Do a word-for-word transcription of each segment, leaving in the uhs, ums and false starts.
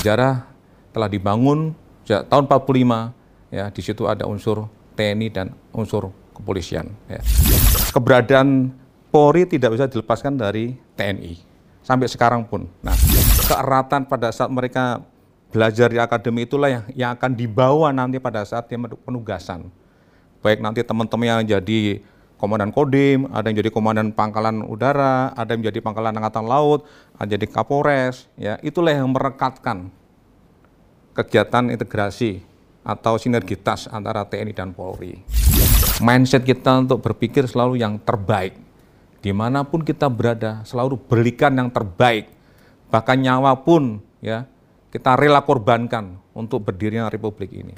sejarah telah dibangun sejak tahun empat puluh lima, ya, di situ ada unsur T N I dan unsur kepolisian. Ya. Keberadaan Polri tidak bisa dilepaskan dari T N I sampai sekarang pun. Nah, keeratan pada saat mereka belajar di akademi itulah yang, yang akan dibawa nanti pada saat dia penugasan. Baik nanti teman-teman yang jadi komandan Kodim, ada yang jadi komandan pangkalan udara, ada yang jadi pangkalan angkatan laut, ada yang jadi Kapolres, ya, itulah yang merekatkan kegiatan integrasi atau sinergitas antara T N I dan Polri. Mindset kita untuk berpikir selalu yang terbaik. Dimanapun kita berada, selalu berikan yang terbaik. Bahkan nyawa pun, ya, kita rela korbankan untuk berdirinya Republik ini.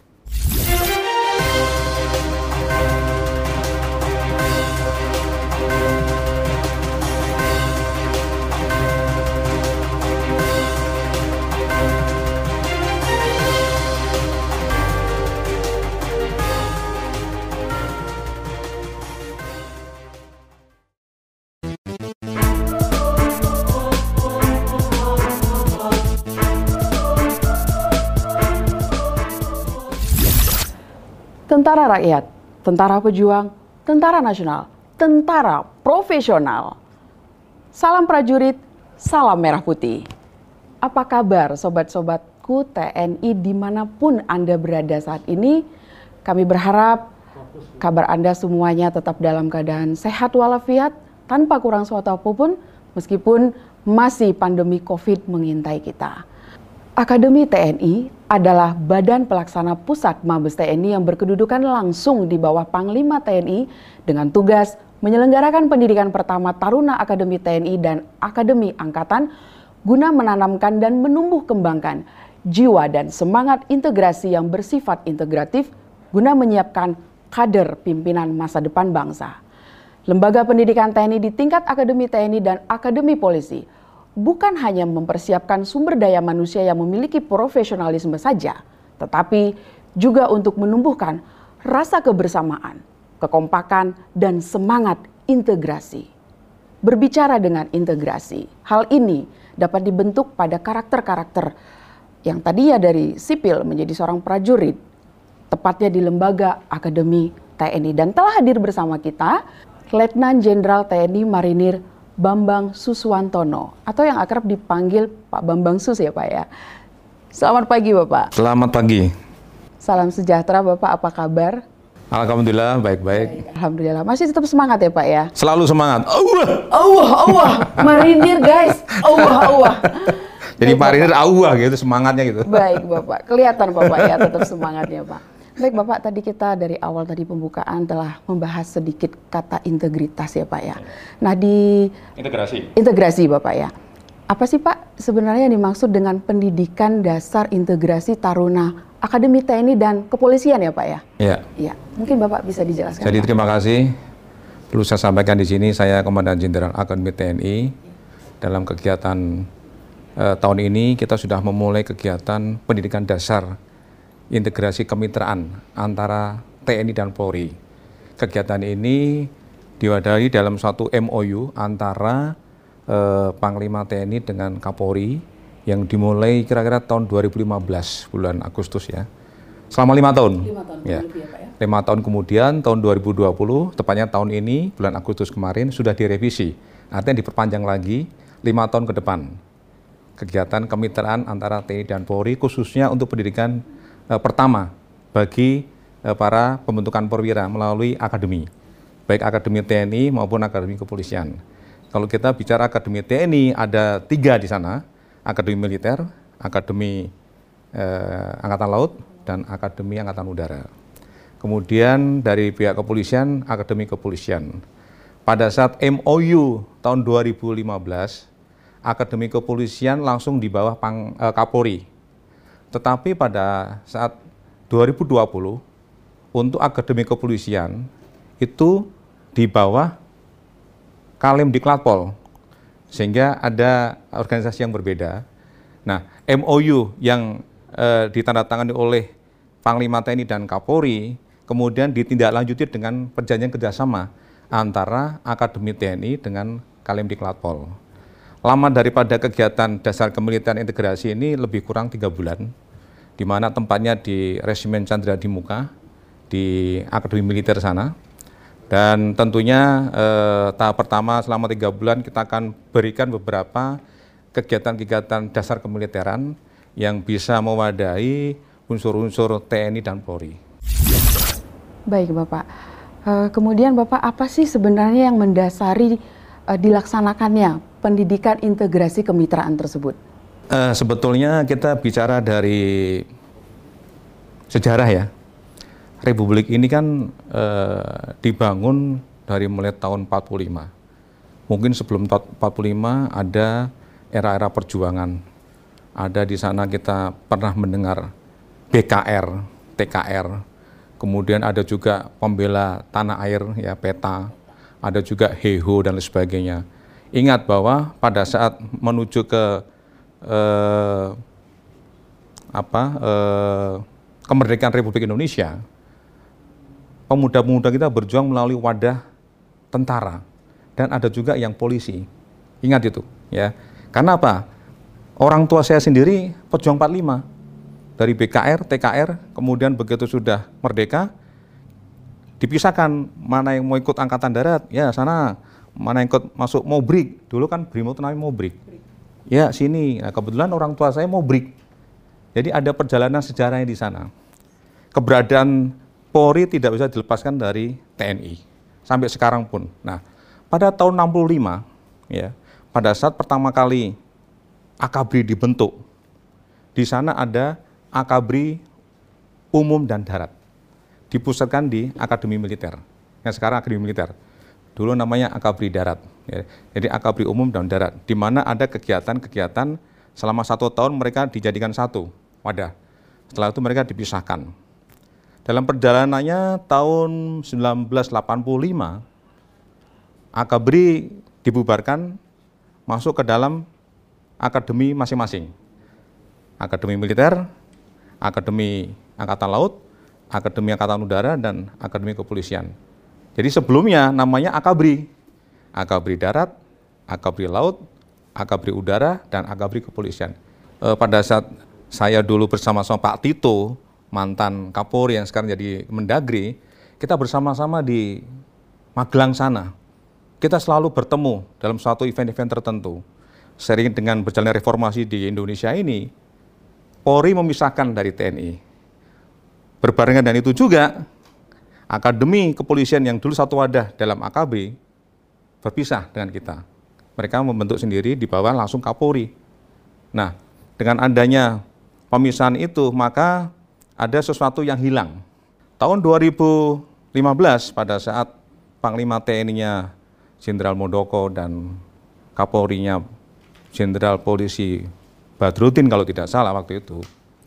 Tentara rakyat, tentara pejuang, tentara nasional, tentara profesional. Salam prajurit, salam merah putih. Apa kabar sobat-sobatku T N I dimanapun Anda berada saat ini? Kami berharap kabar Anda semuanya tetap dalam keadaan sehat walafiat, tanpa kurang suatu apapun, meskipun masih pandemi COVID mengintai kita. Akademi T N I adalah badan pelaksana pusat Mabes T N I yang berkedudukan langsung di bawah Panglima T N I dengan tugas menyelenggarakan pendidikan pertama Taruna Akademi T N I dan Akademi Angkatan guna menanamkan dan menumbuh kembangkan jiwa dan semangat integrasi yang bersifat integratif guna menyiapkan kader pimpinan masa depan bangsa. Lembaga pendidikan T N I di tingkat Akademi T N I dan Akademi Polisi bukan hanya mempersiapkan sumber daya manusia yang memiliki profesionalisme saja, tetapi juga untuk menumbuhkan rasa kebersamaan, kekompakan, dan semangat integrasi. Berbicara dengan integrasi, hal ini dapat dibentuk pada karakter-karakter yang tadinya dari sipil menjadi seorang prajurit, tepatnya di lembaga Akademi T N I. Dan telah hadir bersama kita Letnan Jenderal T N I Marinir Bambang Suswantono, atau yang akrab dipanggil Pak Bambang Sus ya Pak ya. Selamat pagi Bapak. Selamat pagi. Salam sejahtera Bapak, apa kabar? Alhamdulillah baik-baik. Alhamdulillah, masih tetap semangat ya Pak ya? Selalu semangat. Awah, awah, awah, marinir guys, awah, awah. Jadi baik, marinir awah gitu semangatnya gitu. Baik Bapak, kelihatan Bapak ya tetap semangatnya Pak. Baik Bapak, tadi kita dari awal tadi pembukaan telah membahas sedikit kata integritas ya Pak ya. Nah di integrasi. Integrasi Bapak ya. Apa sih Pak sebenarnya yang dimaksud dengan pendidikan dasar integrasi taruna Akademi T N I dan Kepolisian ya Pak ya? Iya. Iya. Mungkin Bapak bisa dijelaskan. Jadi Pak. terima kasih. Perlu saya sampaikan di sini saya Komandan Jenderal Akademi T N I. Dalam kegiatan eh, tahun ini kita sudah memulai kegiatan pendidikan dasar integrasi kemitraan antara T N I dan Polri. Kegiatan ini diwadahi dalam suatu M O U antara eh, Panglima T N I dengan Kapolri yang dimulai kira-kira tahun dua ribu lima belas bulan Agustus ya. Selama lima tahun. Lima tahun, ya. Lebih ya, Pak, ya? Lima tahun kemudian tahun dua ribu dua puluh, tepatnya tahun ini bulan Agustus kemarin sudah direvisi. Artinya diperpanjang lagi lima tahun ke depan. Kegiatan kemitraan antara T N I dan Polri khususnya untuk pendidikan Uh, pertama bagi uh, para pembentukan perwira melalui akademi, baik akademi T N I maupun akademi kepolisian. Kalau kita bicara akademi T N I ada tiga di sana, akademi militer, akademi uh, angkatan laut, dan akademi angkatan udara. Kemudian dari pihak kepolisian, akademi kepolisian. Pada saat M O U tahun dua ribu lima belas, akademi kepolisian langsung di bawah Pang, uh, Kapolri. Tetapi pada saat dua ribu dua puluh untuk Akademi Kepolisian itu di bawah Kalemdiklatpol, sehingga ada organisasi yang berbeda. Nah, M O U yang eh, ditandatangani oleh Panglima T N I dan Kapolri kemudian ditindaklanjuti dengan perjanjian kerjasama antara Akademi T N I dengan Kalemdiklatpol. lama daripada kegiatan dasar kemiliteran integrasi ini lebih kurang tiga bulan, di mana tempatnya di Resimen Chandra di Muka, di Akademi Militer sana. Dan tentunya eh, tahap pertama selama tiga bulan kita akan berikan beberapa kegiatan-kegiatan dasar kemiliteran yang bisa mewadahi unsur-unsur T N I dan Polri. Baik Bapak, uh, kemudian Bapak apa sih sebenarnya yang mendasari uh, dilaksanakannya pendidikan integrasi kemitraan tersebut? Uh, sebetulnya kita bicara dari sejarah ya. Republik ini kan uh, dibangun dari mulai tahun empat puluh lima. Mungkin sebelum empat puluh lima ada era-era perjuangan. Ada di sana kita pernah mendengar B K R, T K R, kemudian ada juga pembela tanah air, ya P E T A, ada juga H E H O dan lain sebagainya. Ingat bahwa pada saat menuju ke eh, apa eh, kemerdekaan Republik Indonesia, pemuda-pemuda kita berjuang melalui wadah tentara dan ada juga yang polisi. Ingat itu, ya. Karena apa? Orang tua saya sendiri pejuang empat puluh lima. Dari B K R, T K R, kemudian begitu sudah merdeka, dipisahkan mana yang mau ikut angkatan darat, ya sana, mana yang ikut masuk Mobrik, dulu kan Brimob itu namanya Mobrik, ya sini, nah, kebetulan orang tua saya Mobrik, jadi ada perjalanan sejarahnya di sana. Keberadaan Polri tidak bisa dilepaskan dari T N I, sampai sekarang pun. Nah, pada tahun enam puluh lima, ya, pada saat pertama kali Akabri dibentuk, di sana ada Akabri Umum dan Darat, dipusatkan di Akademi Militer, yang sekarang Akademi Militer. Dulu namanya Akabri Darat, ya. Jadi Akabri Umum dan Darat, di mana ada kegiatan-kegiatan selama satu tahun mereka dijadikan satu wadah. Setelah itu mereka dipisahkan. Dalam perjalanannya tahun seribu sembilan ratus delapan puluh lima, Akabri dibubarkan, masuk ke dalam akademi masing-masing. Akademi Militer, Akademi Angkatan Laut, Akademi Angkatan Udara, dan Akademi Kepolisian. Jadi sebelumnya namanya Akabri. Akabri Darat, Akabri Laut, Akabri Udara, dan Akabri Kepolisian. E, pada saat saya dulu bersama-sama Pak Tito, mantan Kapolri yang sekarang jadi Mendagri, kita bersama-sama di Magelang sana. Kita selalu bertemu dalam suatu event-event tertentu. Sering dengan berjalannya reformasi di Indonesia ini, Polri memisahkan dari T N I. Berbarengan dengan itu juga, Akademi Kepolisian yang dulu satu wadah dalam A K B, berpisah dengan kita. Mereka membentuk sendiri di bawah langsung Kapolri. Nah, dengan adanya pemisahan itu, maka ada sesuatu yang hilang. Tahun dua ribu lima belas, pada saat Panglima T N I-nya Jenderal Muldoko dan Kapolri-nya Jenderal Polisi Badrudin kalau tidak salah waktu itu,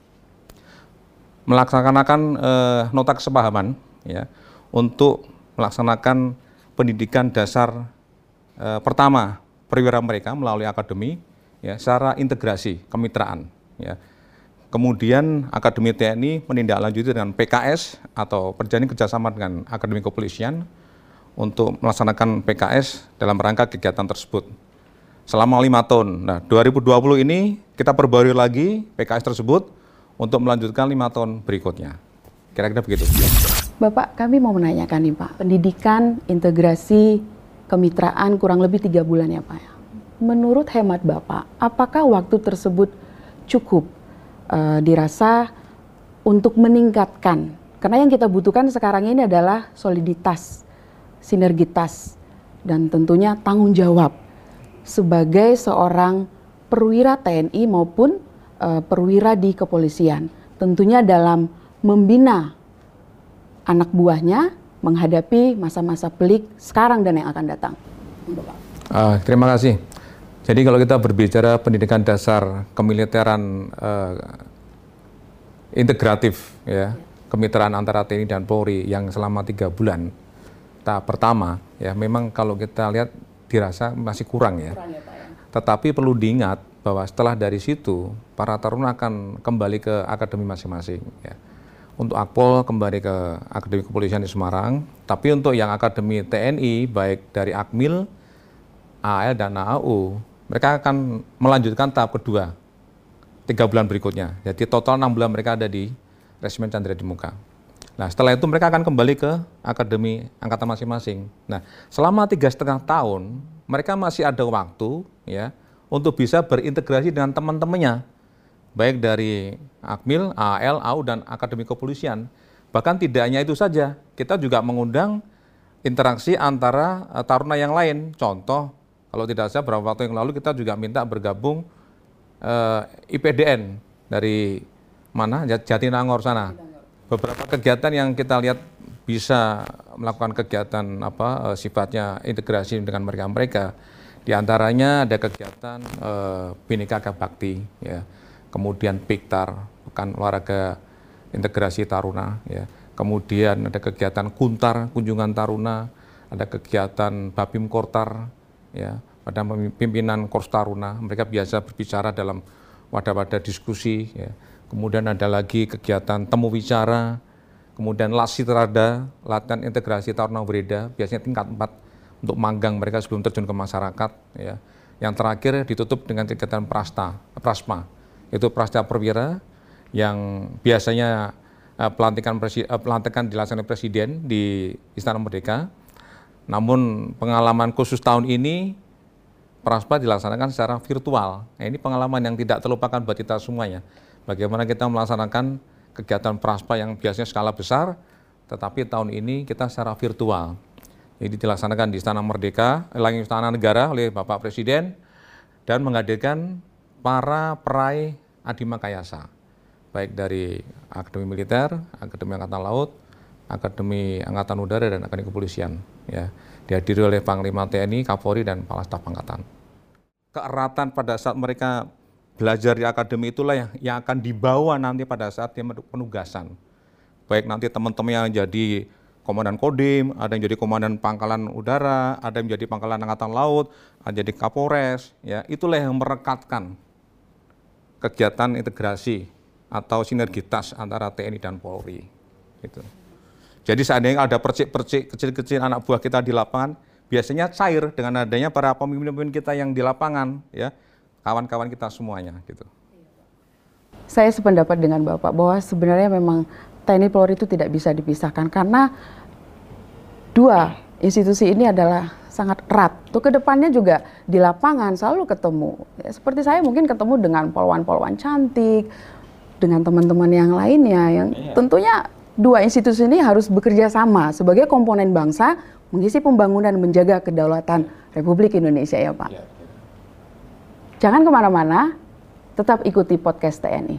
melaksanakan eh, nota kesepahaman, ya, untuk melaksanakan pendidikan dasar eh, pertama perwira mereka melalui akademi, ya, secara integrasi kemitraan, ya. Kemudian Akademi T N I menindaklanjuti dengan P K S atau perjanjian kerjasama dengan Akademi Kepolisian untuk melaksanakan P K S dalam rangka kegiatan tersebut selama lima tahun. Nah, dua ribu dua puluh ini kita perbarui lagi P K S tersebut untuk melanjutkan lima tahun berikutnya. Kira-kira begitu. Bapak, kami mau menanyakan nih Pak, pendidikan integrasi kemitraan kurang lebih tiga bulan ya Pak. Menurut hemat Bapak, apakah waktu tersebut cukup uh, dirasa untuk meningkatkan? Karena yang kita butuhkan sekarang ini adalah soliditas, sinergitas, dan tentunya tanggung jawab sebagai seorang perwira T N I maupun uh, perwira di kepolisian. Tentunya dalam membina anak buahnya menghadapi masa-masa pelik sekarang dan yang akan datang. Uh, terima kasih. Jadi kalau kita berbicara pendidikan dasar kemiliteran uh, integratif, ya, kemitraan antara T N I dan Polri yang selama tiga bulan tahap pertama, ya, memang kalau kita lihat dirasa masih kurang, ya. Kurang ya, Pak, ya. Tetapi perlu diingat bahwa setelah dari situ para taruna akan kembali ke akademi masing-masing, ya. Untuk Akpol kembali ke Akademi Kepolisian di Semarang, tapi untuk yang Akademi T N I baik dari Akmil, A L dan A A U mereka akan melanjutkan tahap kedua, tiga bulan berikutnya. Jadi total enam bulan mereka ada di Resimen Chandra di Muka. Nah, setelah itu mereka akan kembali ke akademi angkatan masing-masing. Nah, selama tiga setengah tahun, mereka masih ada waktu ya untuk bisa berintegrasi dengan teman-temannya, baik dari Akmil, A A L, A U, dan Akademi Kepolisian. Bahkan tidak hanya itu saja, kita juga mengundang interaksi antara uh, taruna yang lain. Contoh, kalau tidak salah beberapa waktu yang lalu kita juga minta bergabung uh, I P D N dari mana? Jatinangor sana. Beberapa kegiatan yang kita lihat bisa melakukan kegiatan apa uh, sifatnya integrasi dengan mereka-mereka. Di antaranya ada kegiatan uh, Bhinneka Bakti, ya. Kemudian Piktar, Pekan Olahraga Integrasi Taruna, ya. Kemudian ada kegiatan Kuntar, Kunjungan Taruna, ada kegiatan Babim Kortar, ya, pada pimpinan Korps Taruna. Mereka biasa berbicara dalam wadah-wadah diskusi, ya. Kemudian ada lagi kegiatan Temu Bicara, kemudian Lasitrada, Latihan Integrasi Taruna Breda, biasanya tingkat empat untuk manggang mereka sebelum terjun ke masyarakat, ya. Yang terakhir ditutup dengan kegiatan Prasta, Prasma, itu Prasta Perwira yang biasanya uh, pelantikan, presi, uh, pelantikan dilaksanakan Presiden di Istana Merdeka. Namun pengalaman khusus tahun ini Praspa dilaksanakan secara virtual. Nah, ini pengalaman yang tidak terlupakan buat kita semuanya. Bagaimana kita melaksanakan kegiatan Praspa yang biasanya skala besar, tetapi tahun ini kita secara virtual. Jadi dilaksanakan di Istana Merdeka, di Istana Negara oleh Bapak Presiden, dan menghadirkan para peraih Adi Makayasa, baik dari Akademi Militer, Akademi Angkatan Laut, Akademi Angkatan Udara, dan Akademi Kepolisian. Ya, dihadiri oleh Panglima T N I, Kapolri, dan Kepala Staf Angkatan. Keeratan pada saat mereka belajar di akademi itulah yang, yang akan dibawa nanti pada saat dia penugasan. Baik nanti teman-teman yang jadi Komandan Kodim, ada yang jadi Komandan Pangkalan Udara, ada yang jadi Pangkalan Angkatan Laut, ada yang jadi Kapolres, ya, itulah yang merekatkan kegiatan integrasi atau sinergitas antara T N I dan Polri. Gitu. Jadi seandainya ada percik-percik kecil-kecil anak buah kita di lapangan, biasanya cair dengan adanya para pemimpin-pemimpin kita yang di lapangan, ya, kawan-kawan kita semuanya. Gitu. Saya sependapat dengan Bapak bahwa sebenarnya memang T N I Polri itu tidak bisa dipisahkan karena dua institusi ini adalah sangat erat. Tuh kedepannya juga di lapangan selalu ketemu. Ya, seperti saya mungkin ketemu dengan polwan-polwan cantik, dengan teman-teman yang lainnya yang iya. Tentunya dua institusi ini harus bekerja sama sebagai komponen bangsa mengisi pembangunan menjaga kedaulatan Republik Indonesia ya Pak. Iya. Jangan kemana-mana, tetap ikuti podcast T N I.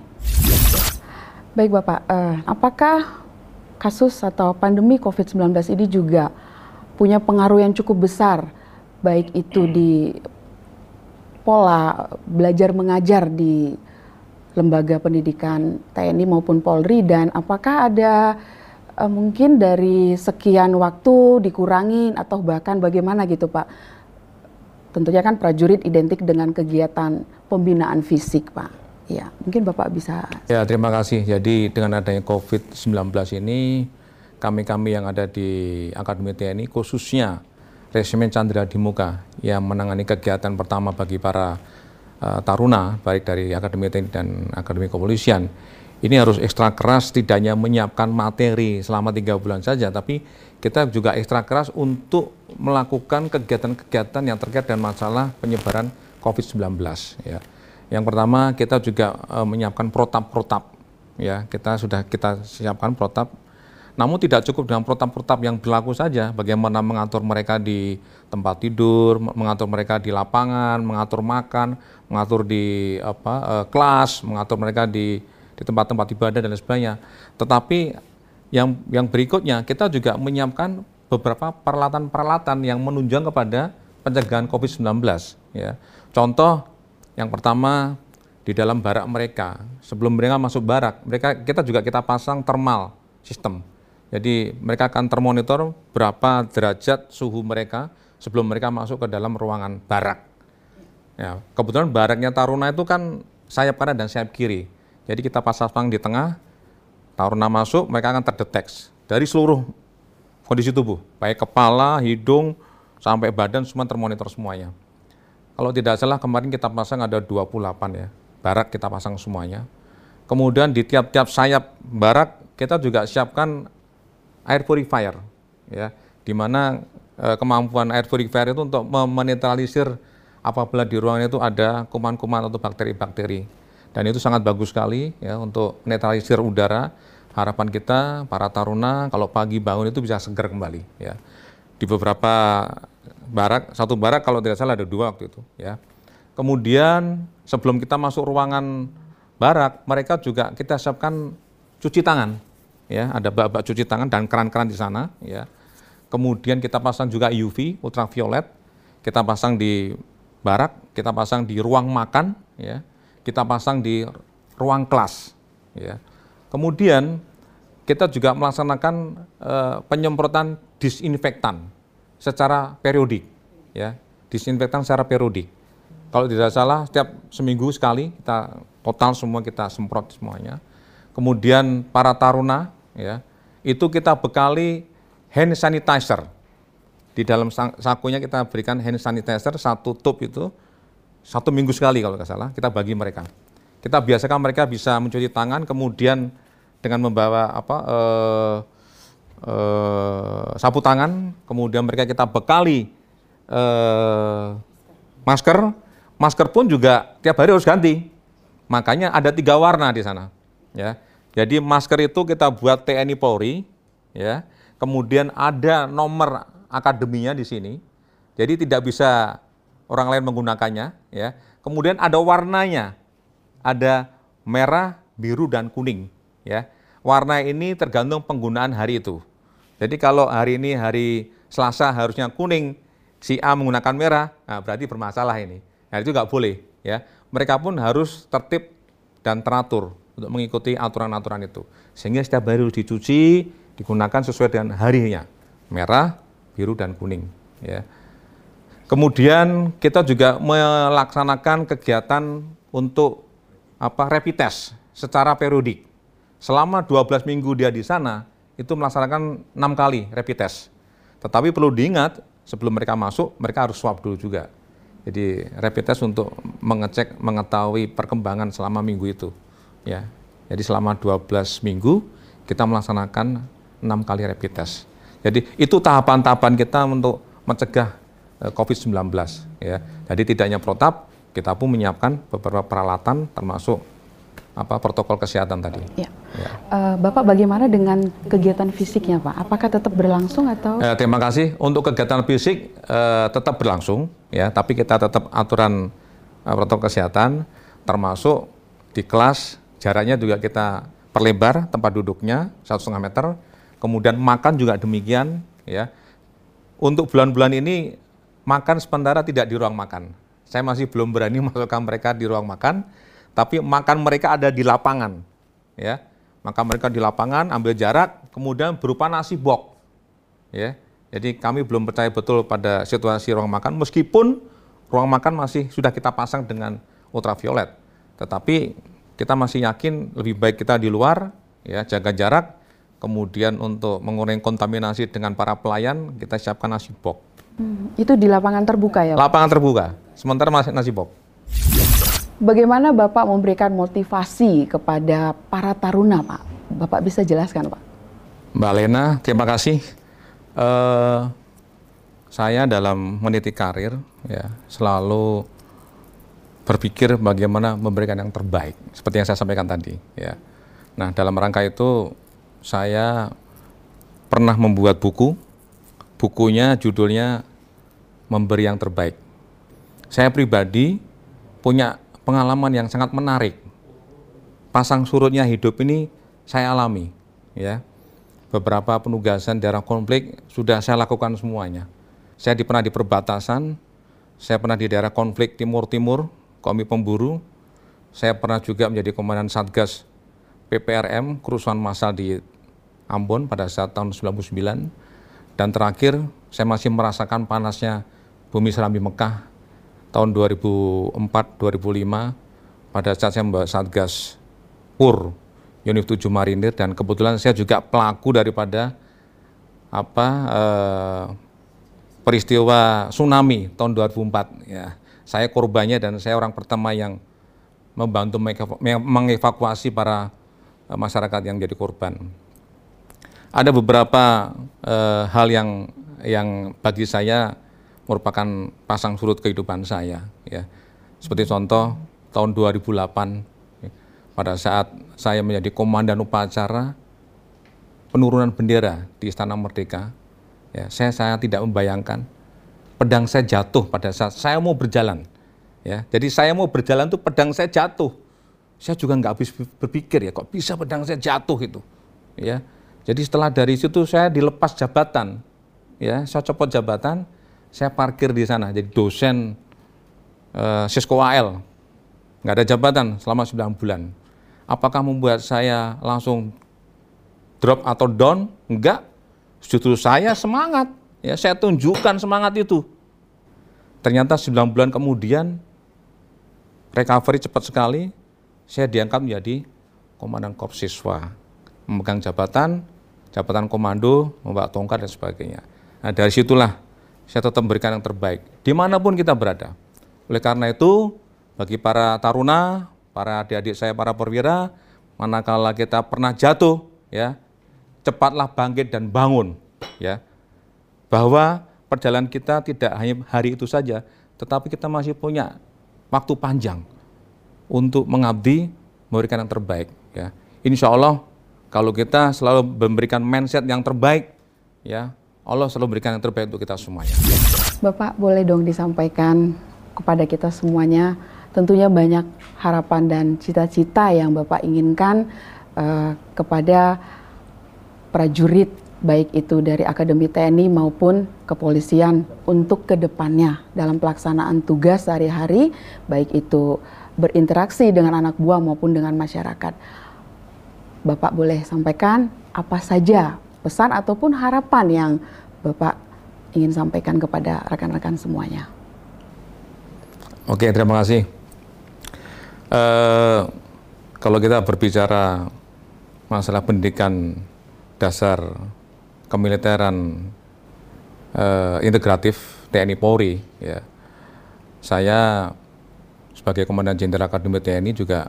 Baik Bapak, eh, apakah kasus atau pandemi covid sembilan belas ini juga punya pengaruh yang cukup besar, baik itu di pola belajar mengajar di lembaga pendidikan T N I maupun Polri, dan apakah ada eh, mungkin dari sekian waktu dikurangin atau bahkan bagaimana gitu Pak? Tentunya kan prajurit identik dengan kegiatan pembinaan fisik Pak. Ya, mungkin Bapak bisa. Ya, terima kasih. Jadi dengan adanya covid sembilan belas ini, kami-kami yang ada di Akademi T N I, khususnya Resimen Chandra di Muka, yang menangani kegiatan pertama bagi para uh, taruna, baik dari Akademi T N I dan Akademi Kepolisian, ini harus ekstra keras, tidak hanya menyiapkan materi selama tiga bulan saja, tapi kita juga ekstra keras untuk melakukan kegiatan-kegiatan yang terkait dengan masalah penyebaran covid sembilan belas. Ya. Yang pertama, kita juga uh, menyiapkan protap-protap, ya, kita sudah kita siapkan protap. Namun tidak cukup dengan protap-protap yang berlaku saja, bagaimana mengatur mereka di tempat tidur, mengatur mereka di lapangan, mengatur makan, mengatur di apa uh, kelas, mengatur mereka di di tempat-tempat ibadah dan lain sebagainya. Tetapi yang yang berikutnya, kita juga menyiapkan beberapa peralatan-peralatan yang menunjang kepada pencegahan covid sembilan belas, ya. Contoh yang pertama, di dalam barak mereka, sebelum mereka masuk barak, mereka kita juga kita pasang thermal system. Jadi mereka akan termonitor berapa derajat suhu mereka sebelum mereka masuk ke dalam ruangan barak. Ya, kebetulan baraknya taruna itu kan sayap kanan dan sayap kiri. Jadi kita pasang di tengah, taruna masuk, mereka akan terdeteksi dari seluruh kondisi tubuh, baik kepala, hidung, sampai badan, semua termonitor semuanya. Kalau tidak salah kemarin kita pasang ada dua puluh delapan ya, barak kita pasang semuanya. Kemudian di tiap-tiap sayap barak kita juga siapkan air purifier, ya, di mana e, kemampuan air purifier itu untuk menetralisir apabila di ruangan itu ada kuman-kuman atau bakteri-bakteri. Dan itu sangat bagus sekali ya untuk menetralisir udara. Harapan kita para taruna kalau pagi bangun itu bisa segar kembali ya. Di beberapa barak, satu barak kalau tidak salah ada dua waktu itu ya. Kemudian sebelum kita masuk ruangan barak, mereka juga kita siapkan cuci tangan ya, ada bak-bak cuci tangan dan keran-keran di sana ya. Kemudian kita pasang juga U V ultraviolet, kita pasang di barak, kita pasang di ruang makan ya, kita pasang di ruang kelas ya. Kemudian kita juga melaksanakan uh, penyemprotan disinfektan secara periodik ya, disinfektan secara periodik. Kalau tidak salah setiap seminggu sekali kita total semua kita semprot semuanya. Kemudian para taruna ya, itu kita bekali hand sanitizer. Di dalam sakunya kita berikan hand sanitizer satu tub itu satu minggu sekali kalau tidak salah kita bagi mereka. Kita biasakan mereka bisa mencuci tangan, kemudian dengan membawa apa eh, eh, sapu tangan, kemudian mereka kita bekali eh, masker. Masker pun juga tiap hari harus ganti. Makanya ada tiga warna di sana. Ya, jadi masker itu kita buat T N I Polri, ya. Kemudian ada nomor akademinya di sini. Jadi tidak bisa orang lain menggunakannya, ya. Kemudian ada warnanya, ada merah, biru, dan kuning, ya. Warna ini tergantung penggunaan hari itu. Jadi kalau hari ini hari Selasa harusnya kuning, si A menggunakan merah, nah berarti bermasalah ini. Nah itu nggak boleh, ya. Mereka pun harus tertib dan teratur untuk mengikuti aturan-aturan itu. Sehingga setiap hari harus dicuci, digunakan sesuai dengan harinya, merah, biru, dan kuning, ya. Kemudian kita juga melaksanakan kegiatan untuk apa rapid test secara periodik. Selama dua belas minggu dia di sana, itu melaksanakan enam kali rapid test. Tetapi perlu diingat, sebelum mereka masuk, mereka harus swab dulu juga. Jadi rapid test untuk mengecek, mengetahui perkembangan selama minggu itu. Ya. Jadi selama dua belas minggu, kita melaksanakan enam kali rapid test. Jadi itu tahapan-tahapan kita untuk mencegah COVID sembilan belas. Ya. Jadi tidak hanya protap, kita pun menyiapkan beberapa peralatan termasuk apa protokol kesehatan tadi. Ya. Ya. Uh, Bapak bagaimana dengan kegiatan fisiknya Pak? Apakah tetap berlangsung atau? Eh, terima kasih. Untuk kegiatan fisik eh, tetap berlangsung, ya. Tapi kita tetap aturan eh, protokol kesehatan, termasuk di kelas jaraknya juga kita perlebar tempat duduknya satu setengah meter. Kemudian makan juga demikian, ya. Untuk bulan-bulan ini makan sementara tidak di ruang makan. Saya masih belum berani masukkan mereka di ruang makan, tapi makan mereka ada di lapangan, ya. Makan mereka di lapangan, ambil jarak, kemudian berupa nasi box, ya. Jadi kami belum percaya betul pada situasi ruang makan, meskipun ruang makan masih sudah kita pasang dengan ultraviolet, tetapi kita masih yakin lebih baik kita di luar, ya, jaga jarak, kemudian untuk mengurangi kontaminasi dengan para pelayan, kita siapkan nasi box. Hmm, itu di lapangan terbuka ya Pak? Lapangan terbuka, sementara masih nasi box. Bagaimana Bapak memberikan motivasi kepada para taruna Pak? Bapak bisa jelaskan Pak? Mbak Lena, terima kasih. Uh, saya dalam meniti karir, ya, selalu berpikir bagaimana memberikan yang terbaik, seperti yang saya sampaikan tadi. Ya. Nah, dalam rangka itu saya pernah membuat buku, bukunya judulnya Memberi Yang Terbaik. Saya pribadi punya pengalaman yang sangat menarik. Pasang surutnya hidup ini saya alami, ya. Beberapa penugasan daerah konflik sudah saya lakukan semuanya. Saya di, pernah di perbatasan, saya pernah di daerah konflik timur-timur, Komi Pemburu. Saya pernah juga menjadi komandan Satgas P P R M, kerusuhan massal di Ambon pada saat tahun sembilan puluh sembilan. Dan terakhir, saya masih merasakan panasnya bumi Serambi Mekah tahun dua ribu empat dua ribu lima pada saat saya membawa Satgas P U R Unit tujuh Marinir, dan kebetulan saya juga pelaku daripada apa eh, peristiwa tsunami tahun dua ribu empat, ya. saya korbannya dan saya orang pertama yang membantu mengevakuasi para uh, masyarakat yang jadi korban. Ada beberapa uh, hal yang yang bagi saya merupakan pasang surut kehidupan saya, ya. Seperti contoh tahun dua ribu delapan, ya, pada saat saya menjadi komandan upacara penurunan bendera di Istana Merdeka, ya, saya saya tidak membayangkan pedang saya jatuh pada saat saya mau berjalan, ya. Jadi saya mau berjalan tuh pedang saya jatuh. Saya juga nggak habis berpikir, ya, kok bisa pedang saya jatuh itu, ya. Jadi setelah dari situ saya dilepas jabatan, ya, saya copot jabatan, saya parkir di sana jadi dosen uh, Sisko A L, nggak ada jabatan selama sembilan bulan. Apakah membuat saya langsung drop atau down? Enggak, justru saya semangat, ya, saya tunjukkan semangat itu. Ternyata sembilan bulan kemudian recovery cepat sekali, saya diangkat menjadi komandan korps siswa, memegang jabatan, jabatan komando, membawa tongkat dan sebagainya. Nah, dari situlah saya tetap memberikan yang terbaik, dimanapun kita berada. Oleh karena itu, bagi para taruna, para adik-adik saya, para perwira, manakala kita pernah jatuh, ya, cepatlah bangkit dan bangun, ya. Bahwa perjalanan kita tidak hanya hari itu saja, tetapi kita masih punya waktu panjang untuk mengabdi, memberikan yang terbaik, ya. Insya Allah, kalau kita selalu memberikan mindset yang terbaik, ya, Allah selalu memberikan yang terbaik untuk kita semuanya. Bapak, boleh dong disampaikan kepada kita semuanya, tentunya banyak harapan dan cita-cita yang Bapak inginkan uh, kepada prajurit, baik itu dari Akademi T N I maupun kepolisian untuk kedepannya dalam pelaksanaan tugas sehari-hari, baik itu berinteraksi dengan anak buah maupun dengan masyarakat. Bapak boleh sampaikan apa saja pesan ataupun harapan yang Bapak ingin sampaikan kepada rekan-rekan semuanya. Oke, terima kasih. Uh, kalau kita berbicara masalah pendidikan dasar kemiliteran uh, integratif T N I Polri, ya, saya sebagai Komandan Jenderal Akademi T N I juga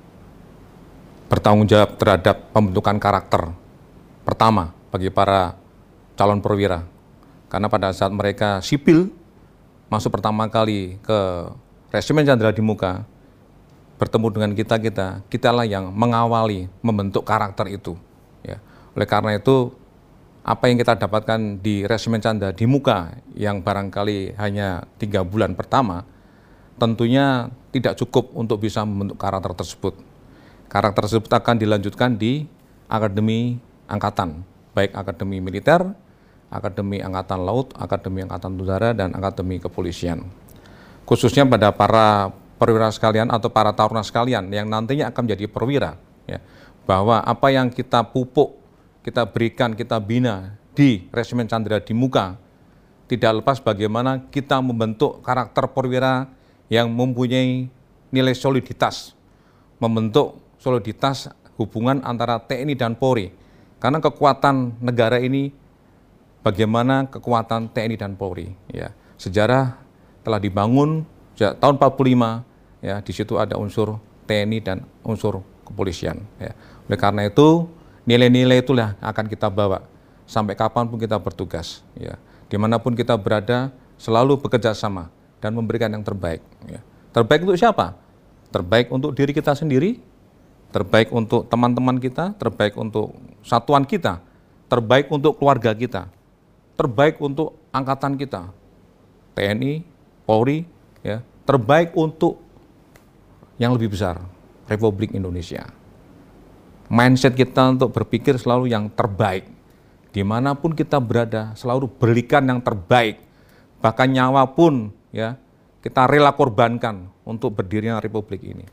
bertanggung jawab terhadap pembentukan karakter pertama bagi para calon perwira. Karena pada saat mereka sipil, masuk pertama kali ke Resimen Chandra di Muka, bertemu dengan kita-kita, kitalah yang mengawali membentuk karakter itu. Ya. Oleh karena itu, apa yang kita dapatkan di Resimen Chandra di Muka yang barangkali hanya tiga bulan pertama, tentunya tidak cukup untuk bisa membentuk karakter tersebut. Karakter tersebut akan dilanjutkan di Akademi Angkatan, baik Akademi Militer, Akademi Angkatan Laut, Akademi Angkatan Udara, dan Akademi Kepolisian. Khususnya pada para perwira sekalian atau para taruna sekalian yang nantinya akan menjadi perwira, ya, bahwa apa yang kita pupuk, kita berikan, kita bina di Resimen Chandra di Muka, tidak lepas bagaimana kita membentuk karakter perwira yang mempunyai nilai soliditas, membentuk soliditas hubungan antara T N I dan Polri. Karena kekuatan negara ini bagaimana kekuatan T N I dan Polri, ya. Sejarah telah dibangun sejak tahun empat puluh lima, ya, di situ ada unsur T N I dan unsur kepolisian, ya. Oleh karena itu, nilai-nilai itulah akan kita bawa sampai kapanpun kita bertugas, ya. Dimanapun kita berada, selalu bekerja sama dan memberikan yang terbaik, ya. Terbaik untuk siapa? Terbaik untuk diri kita sendiri, terbaik untuk teman-teman kita, terbaik untuk satuan kita, terbaik untuk keluarga kita, terbaik untuk angkatan kita, T N I, Polri, ya, terbaik untuk yang lebih besar, Republik Indonesia. Mindset kita untuk berpikir selalu yang terbaik. Dimanapun kita berada, selalu berikan yang terbaik. Bahkan nyawa pun, ya, kita rela korbankan untuk berdirinya Republik ini.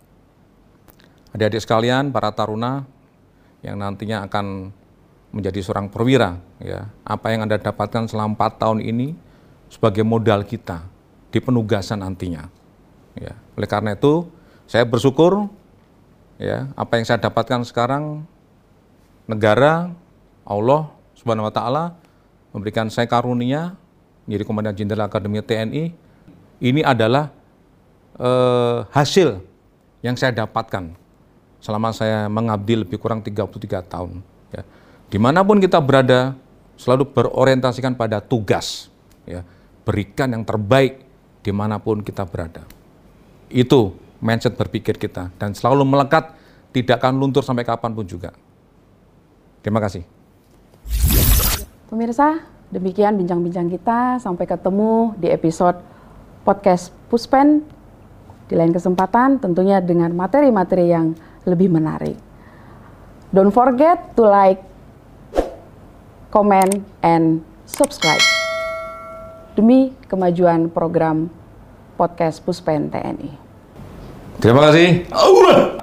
Adik-adik sekalian, para taruna yang nantinya akan menjadi seorang perwira, ya, apa yang Anda dapatkan selama empat tahun ini sebagai modal kita di penugasan nantinya. Ya. Oleh karena itu, saya bersyukur, ya, apa yang saya dapatkan sekarang, negara, Allah Subhanahu Wa Taala memberikan saya karunia menjadi Komandan Jenderal Akademi T N I, Ini adalah eh, hasil yang saya dapatkan selama saya mengabdi lebih kurang tiga puluh tiga tahun. Ya. Dimanapun kita berada, selalu berorientasikan pada tugas. Ya. Berikan yang terbaik dimanapun kita berada. Itu mindset berpikir kita. Dan selalu melekat, tidak akan luntur sampai kapanpun juga. Terima kasih. Pemirsa, demikian bincang-bincang kita. Sampai ketemu di episode podcast Puspen. Di lain kesempatan tentunya dengan materi-materi yang lebih menarik. Don't forget to like, comment, and subscribe. Demi kemajuan program podcast Puspen T N I. Terima kasih. Allah.